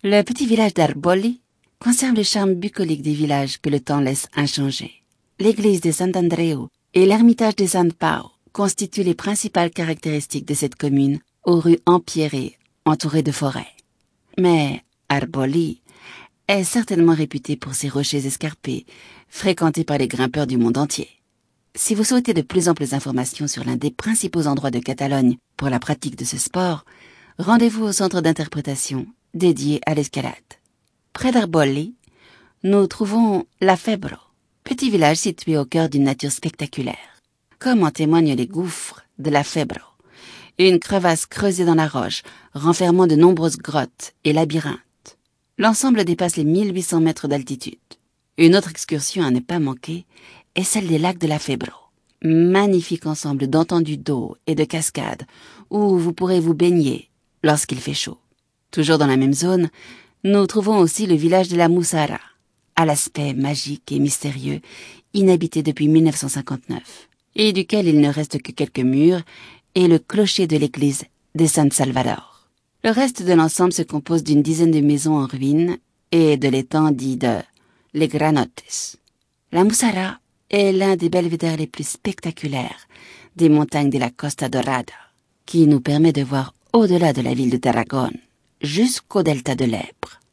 Le petit village d'Arboli conserve le charme bucolique des villages que le temps laisse inchangés. L'église de Sant'Andreu et l'ermitage de San Pao constituent les principales caractéristiques de cette commune aux rues empierrées, entourées de forêts. Mais Arboli est certainement réputé pour ses rochers escarpés, fréquentés par les grimpeurs du monde entier. Si vous souhaitez de plus amples informations sur l'un des principaux endroits de Catalogne pour la pratique de ce sport, rendez-vous au centre d'interprétation dédié à l'escalade. Près d'Arboli, nous trouvons La Febro, petit village situé au cœur d'une nature spectaculaire, comme en témoignent les gouffres de La Febro, une crevasse creusée dans la roche, renfermant de nombreuses grottes et labyrinthes. L'ensemble dépasse les 1800 mètres d'altitude. Une autre excursion à ne pas manquer est celle des lacs de La Febro, magnifique ensemble d'étendues d'eau et de cascades où vous pourrez vous baigner lorsqu'il fait chaud. Toujours dans la même zone, nous trouvons aussi le village de la Mussara, à l'aspect magique et mystérieux, inhabité depuis 1959, et duquel il ne reste que quelques murs et le clocher de l'église de San Salvador. Le reste de l'ensemble se compose d'une dizaine de maisons en ruine et de l'étang dit de Les Granotes. La Mussara est l'un des belvédères les plus spectaculaires des montagnes de la Costa Dorada, qui nous permet de voir au-delà de la ville de Tarragone, jusqu'au delta de l'Èbre.